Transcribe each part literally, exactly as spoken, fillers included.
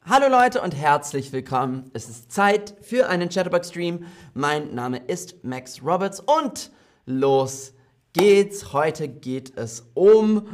Hallo Leute und herzlich willkommen. Es ist Zeit für einen Chatterbug-Stream. Mein Name ist Max Roberts und los geht's. Heute geht es um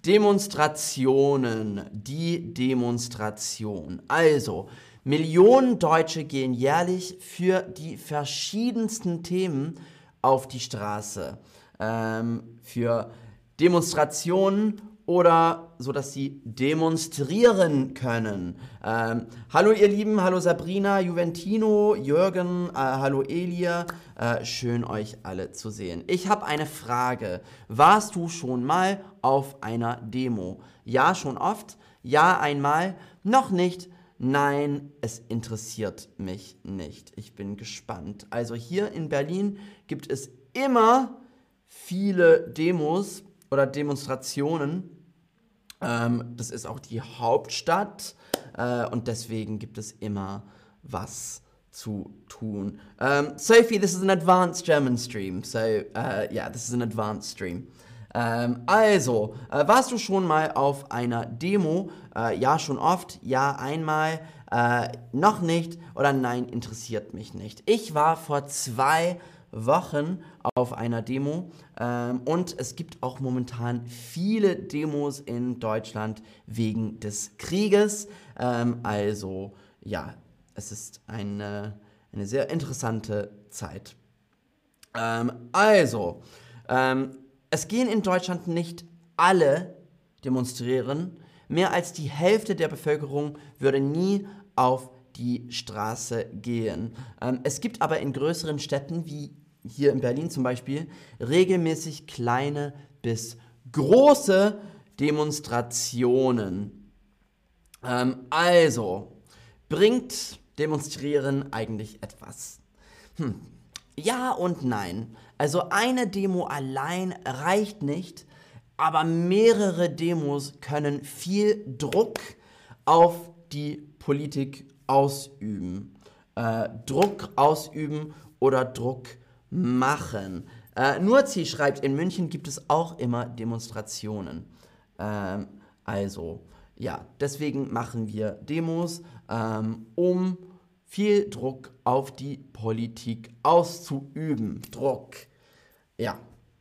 Demonstrationen. Die Demonstration. Also, Millionen Deutsche gehen jährlich für die verschiedensten Themen auf die Straße. Ähm, für Demonstrationen oder so, dass sie demonstrieren können. Ähm, hallo ihr Lieben, hallo Sabrina, Juventino, Jürgen, äh, hallo Elia, äh, schön euch alle zu sehen. Ich habe eine Frage. Warst du schon mal auf einer Demo? Ja, schon oft? Ja, einmal? Noch nicht? Nein, es interessiert mich nicht. Ich bin gespannt. Also hier in Berlin gibt es immer viele Demos oder Demonstrationen. Ähm, das ist auch die Hauptstadt äh, und deswegen gibt es immer was zu tun. Um, Sophie, this is an advanced German stream, so uh, yeah, this is an advanced stream. Um, also, äh, warst du schon mal auf einer Demo? Äh, ja, schon oft. Ja, einmal. Äh, noch nicht. Oder nein, interessiert mich nicht. Ich war vor zwei Wochen auf einer Demo ähm, und es gibt auch momentan viele Demos in Deutschland wegen des Krieges. Ähm, also, ja, es ist eine, eine sehr interessante Zeit. Ähm, also, ähm, es gehen in Deutschland nicht alle demonstrieren. Mehr als die Hälfte der Bevölkerung würde nie auf die Straße gehen. Ähm, es gibt aber in größeren Städten, wie hier in Berlin zum Beispiel, regelmäßig kleine bis große Demonstrationen. Ähm, also, bringt Demonstrieren eigentlich etwas? Hm. Ja und nein. Also eine Demo allein reicht nicht, aber mehrere Demos können viel Druck auf die Politik ausüben. Äh, Druck ausüben oder Druck machen. Äh, Nurzi schreibt, in München gibt es auch immer Demonstrationen. Ähm, also, ja, deswegen machen wir Demos, ähm, um viel Druck auf die Politik auszuüben. Druck. Ja.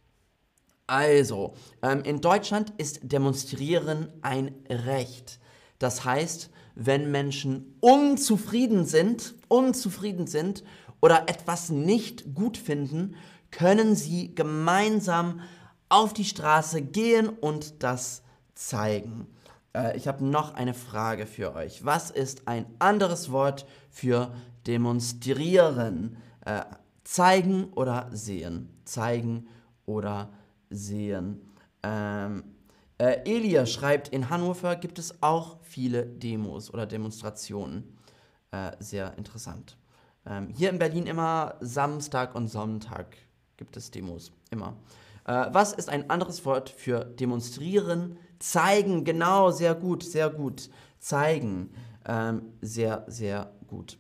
Also, ähm, in Deutschland ist Demonstrieren ein Recht. Das heißt, wenn Menschen unzufrieden sind, unzufrieden sind oder etwas nicht gut finden, können sie gemeinsam auf die Straße gehen und das zeigen. Äh, ich habe noch eine Frage für euch. Was ist ein anderes Wort für demonstrieren? Äh, zeigen oder sehen? Zeigen oder sehen. Ähm, äh, Elia schreibt, in Hannover gibt es auch viele Demos oder Demonstrationen. Äh, sehr interessant. Ähm, hier in Berlin immer Samstag und Sonntag gibt es Demos. Immer. Äh, was ist ein anderes Wort für demonstrieren? Zeigen, genau, sehr gut, sehr gut. Zeigen, ähm, sehr, sehr gut.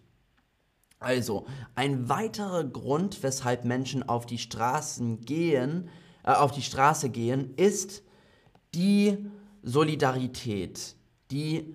Also, ein weiterer Grund, weshalb Menschen auf die Straßen gehen, äh, auf die Straße gehen, ist die Solidarität. Die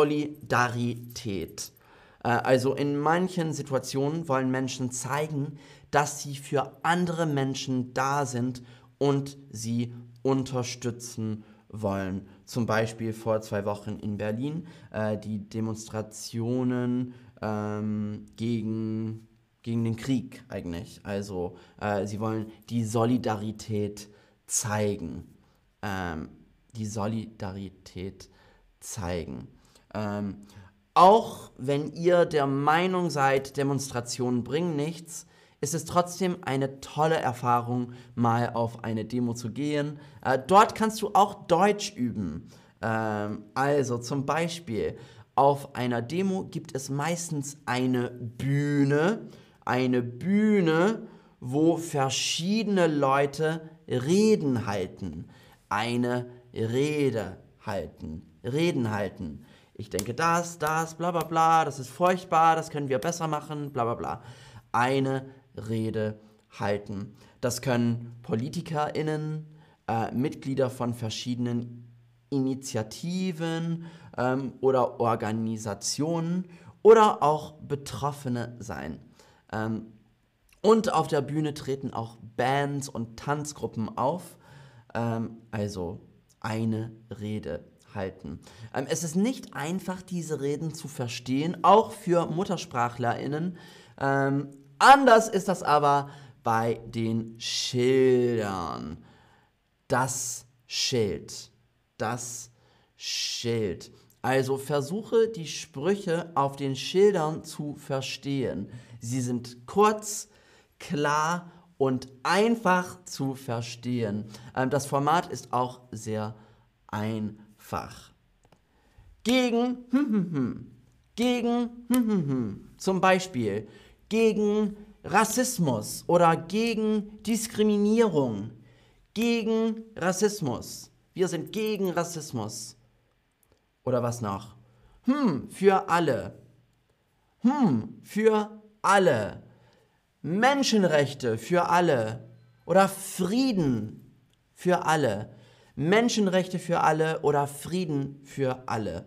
Solidarität. Äh, also in manchen Situationen wollen Menschen zeigen, dass sie für andere Menschen da sind und sie unterstützen wollen. Zum Beispiel vor zwei Wochen in Berlin äh, die Demonstrationen ähm, gegen, gegen den Krieg eigentlich. Also äh, sie wollen die Solidarität zeigen. Ähm, die Solidarität zeigen. Ähm, auch wenn ihr der Meinung seid, Demonstrationen bringen nichts, ist es trotzdem eine tolle Erfahrung, mal auf eine Demo zu gehen. Äh, dort kannst du auch Deutsch üben. Ähm, also zum Beispiel, auf einer Demo gibt es meistens eine Bühne, eine Bühne, wo verschiedene Leute Reden halten. Eine Rede halten. Reden halten. Ich denke das, das, bla bla bla, das ist furchtbar, das können wir besser machen, bla bla bla. Eine Rede halten. Das können PolitikerInnen, äh, Mitglieder von verschiedenen Initiativen ähm, oder Organisationen oder auch Betroffene sein. Ähm, und auf der Bühne treten auch Bands und Tanzgruppen auf, ähm, also eine Rede halten. Ähm, es ist nicht einfach, diese Reden zu verstehen, auch für MuttersprachlerInnen. Ähm, anders ist das aber bei den Schildern. Das Schild. Das Schild. Also versuche die Sprüche auf den Schildern zu verstehen. Sie sind kurz, klar und einfach zu verstehen. Ähm, das Format ist auch sehr einfach. Gegen, hm, hm, hm, gegen, hm, hm, hm. Zum Beispiel gegen Rassismus oder gegen Diskriminierung. Gegen Rassismus. Wir sind gegen Rassismus. Oder was noch? Hm, für alle. Hm, für alle. Menschenrechte für alle. Oder Frieden für alle. Menschenrechte für alle oder Frieden für alle.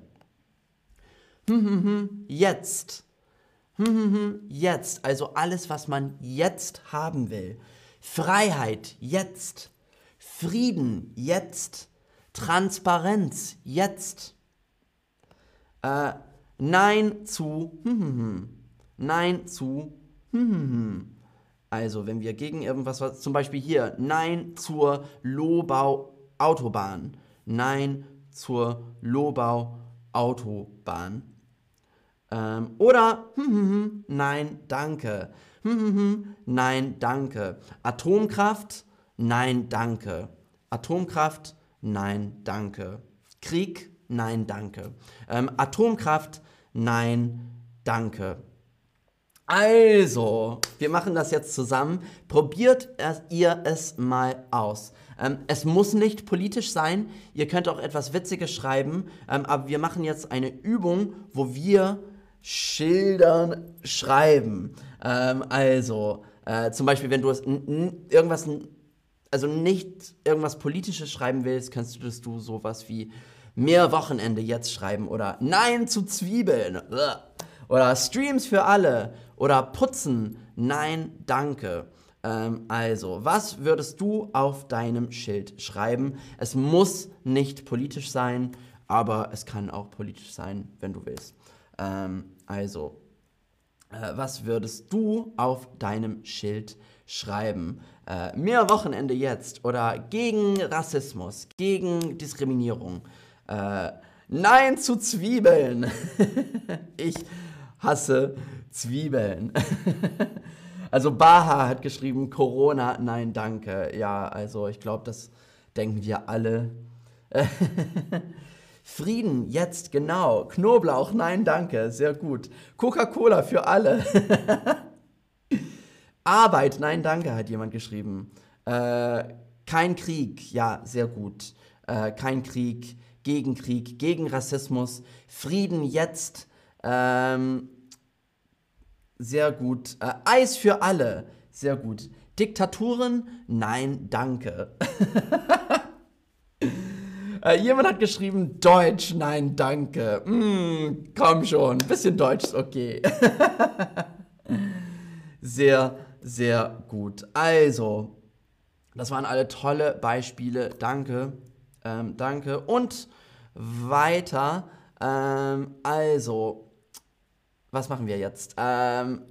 Hm, hm, hm, jetzt. Hm, hm, hm, jetzt. Also alles, was man jetzt haben will. Freiheit jetzt. Frieden jetzt. Transparenz jetzt. Äh, Nein zu. Hm, hm, hm. Nein zu. Hm, hm, hm. Also, wenn wir gegen irgendwas, was, zum Beispiel hier, Nein zur Lohbau-Autobahn. Nein zur Lohbau-Autobahn. Ähm, oder, hm, hm, hm, nein, danke. Hm, hm, hm, nein, danke. Atomkraft, nein, danke. Atomkraft, nein, danke. Krieg, nein, danke. Ähm, Atomkraft, nein, danke. Also, wir machen das jetzt zusammen. Probiert es, ihr es mal aus. Ähm, es muss nicht politisch sein. Ihr könnt auch etwas Witziges schreiben. Ähm, aber wir machen jetzt eine Übung, wo wir Schildern schreiben. Ähm, also, äh, zum Beispiel, wenn du es n- n- irgendwas, n- also nicht irgendwas Politisches schreiben willst, kannst du sowas wie mehr Wochenende jetzt schreiben oder Nein zu Zwiebeln. Oder Streams für alle. Oder putzen. Nein, danke. Ähm, also, was würdest du auf deinem Schild schreiben? Es muss nicht politisch sein, aber es kann auch politisch sein, wenn du willst. Ähm, also, äh, was würdest du auf deinem Schild schreiben? Äh, mehr Wochenende jetzt oder gegen Rassismus, gegen Diskriminierung. Äh, Nein zu Zwiebeln. Ich hasse Zwiebeln. Also Baha hat geschrieben, Corona, nein, danke. Ja, also ich glaube, das denken wir alle. Frieden, jetzt, genau. Knoblauch, nein, danke. Sehr gut. Coca-Cola für alle. Arbeit, nein, danke, hat jemand geschrieben. Äh, kein Krieg, ja, sehr gut. Äh, kein Krieg, gegen Krieg, gegen Rassismus. Frieden, jetzt. Ähm, sehr gut. Äh, Eis für alle, sehr gut. Diktaturen, nein, danke. Äh, jemand hat geschrieben, Deutsch, nein, danke. Mm, komm schon, ein bisschen Deutsch ist okay. Sehr, sehr gut. Also, das waren alle tolle Beispiele. Danke. Ähm, danke. Und weiter. Ähm, also, was machen wir jetzt? Ähm,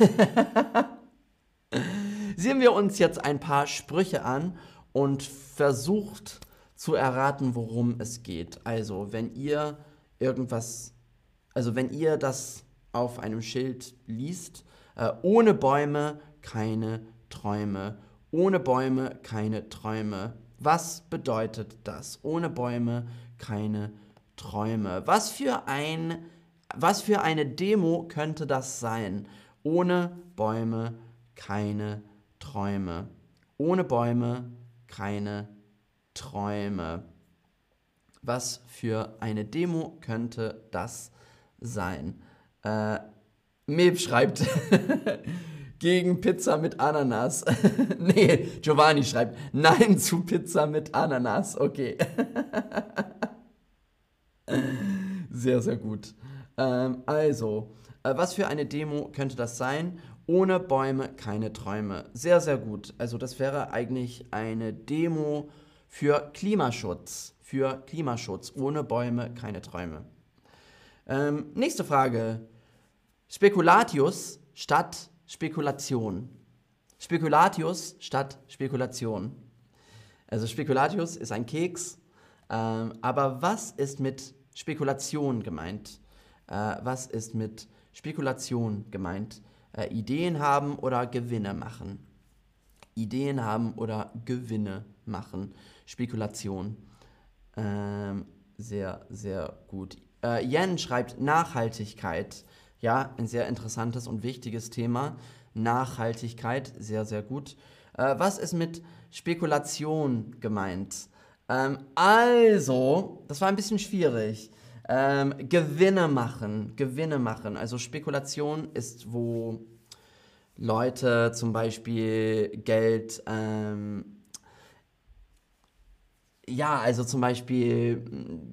sehen wir uns jetzt ein paar Sprüche an und versucht zu erraten, worum es geht. Also, wenn ihr irgendwas, also wenn ihr das auf einem Schild liest, äh, ohne Bäume keine Träume. Ohne Bäume keine Träume. Was bedeutet das? Ohne Bäume keine Träume. Was für ein, was für eine Demo könnte das sein? Ohne Bäume keine Träume. Ohne Bäume keine Träume. Was für eine Demo könnte das sein? Äh, Meb schreibt gegen Pizza mit Ananas. Nee, Giovanni schreibt Nein zu Pizza mit Ananas. Okay. Sehr, sehr gut. Ähm, also, äh, was für eine Demo könnte das sein? Ohne Bäume keine Träume. Sehr, sehr gut. Also das wäre eigentlich eine Demo für Klimaschutz. Für Klimaschutz. Ohne Bäume keine Träume. Ähm, nächste Frage. Spekulatius statt Spekulation. Spekulatius statt Spekulation. Also Spekulatius ist ein Keks. Ähm, aber was ist mit Spekulation gemeint? Äh, was ist mit Spekulation gemeint? Äh, Ideen haben oder Gewinne machen? Ideen haben oder Gewinne machen? Spekulation. Ähm, sehr, sehr gut. Äh, Jen schreibt Nachhaltigkeit. Ja, ein sehr interessantes und wichtiges Thema. Nachhaltigkeit, sehr, sehr gut. Äh, was ist mit Spekulation gemeint? Ähm, also, das war ein bisschen schwierig. Ähm, Gewinne machen, Gewinne machen. Also Spekulation ist, wo Leute zum Beispiel Geld, ähm, ja, also zum Beispiel,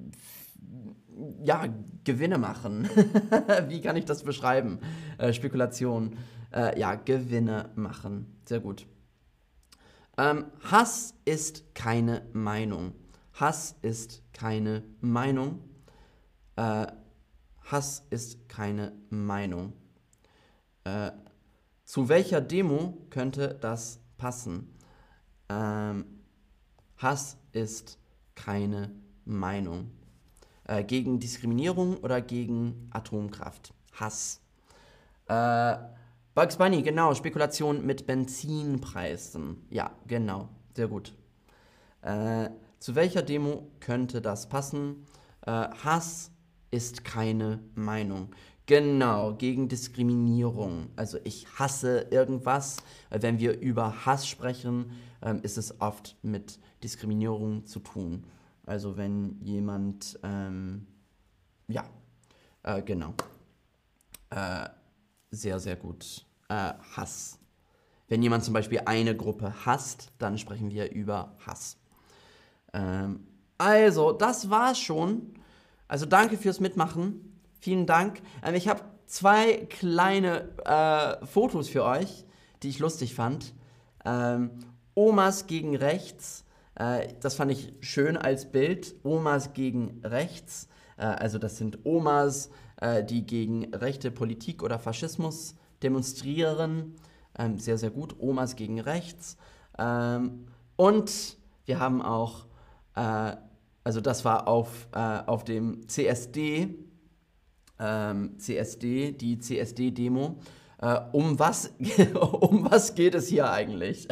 ja, Gewinne machen. Wie kann ich das beschreiben? Äh, Spekulation. Äh, ja, Gewinne machen. Sehr gut. Ähm, Hass ist keine Meinung. Hass ist keine Meinung. Äh, Hass ist keine Meinung. Äh, zu welcher Demo könnte das passen? Ähm, Hass ist keine Meinung. Äh, gegen Diskriminierung oder gegen Atomkraft? Hass. Äh, Bugs Bunny, genau. Spekulation mit Benzinpreisen. Ja, genau. Sehr gut. Äh, zu welcher Demo könnte das passen? Äh, Hass ist keine Meinung. Genau, gegen Diskriminierung. Also ich hasse irgendwas. Äh, Wenn wir über Hass sprechen, ähm, ist es oft mit Diskriminierung zu tun. Also wenn jemand, ähm, ja, äh, genau. Äh, sehr, sehr gut. Äh, Hass. Wenn jemand zum Beispiel eine Gruppe hasst, dann sprechen wir über Hass. Ähm, also, das war's schon. Also danke fürs Mitmachen. Vielen Dank. Ähm, ich habe zwei kleine äh, Fotos für euch, die ich lustig fand. Ähm, Omas gegen rechts. Äh, das fand ich schön als Bild. Omas gegen rechts. Äh, also das sind Omas, äh, die gegen rechte Politik oder Faschismus demonstrieren. Ähm, sehr, sehr gut. Omas gegen rechts. Ähm, und wir haben auch, äh, also das war auf, äh, auf dem C S D, ähm, C S D, die C S D-Demo. Äh, um was, um was geht es hier eigentlich?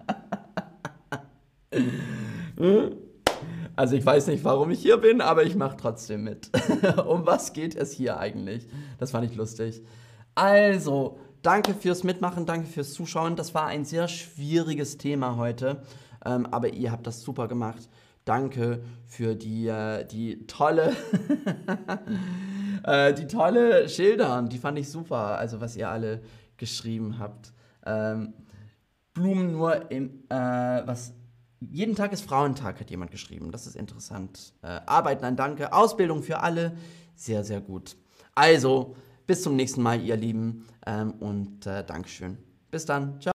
Also ich weiß nicht, warum ich hier bin, aber ich mache trotzdem mit. Um was geht es hier eigentlich? Das fand ich lustig. Also, danke fürs Mitmachen, danke fürs Zuschauen. Das war ein sehr schwieriges Thema heute, ähm, aber ihr habt das super gemacht. Danke für die, äh, die tolle, äh, die tolle Schilder. Die fand ich super. Also was ihr alle geschrieben habt. Ähm, Blumen nur im, äh, was, jeden Tag ist Frauentag, hat jemand geschrieben. Das ist interessant. Äh, Arbeit, nein, danke. Ausbildung für alle. Sehr, sehr gut. Also, bis zum nächsten Mal, ihr Lieben. Ähm, und äh, Dankeschön. Bis dann. Ciao.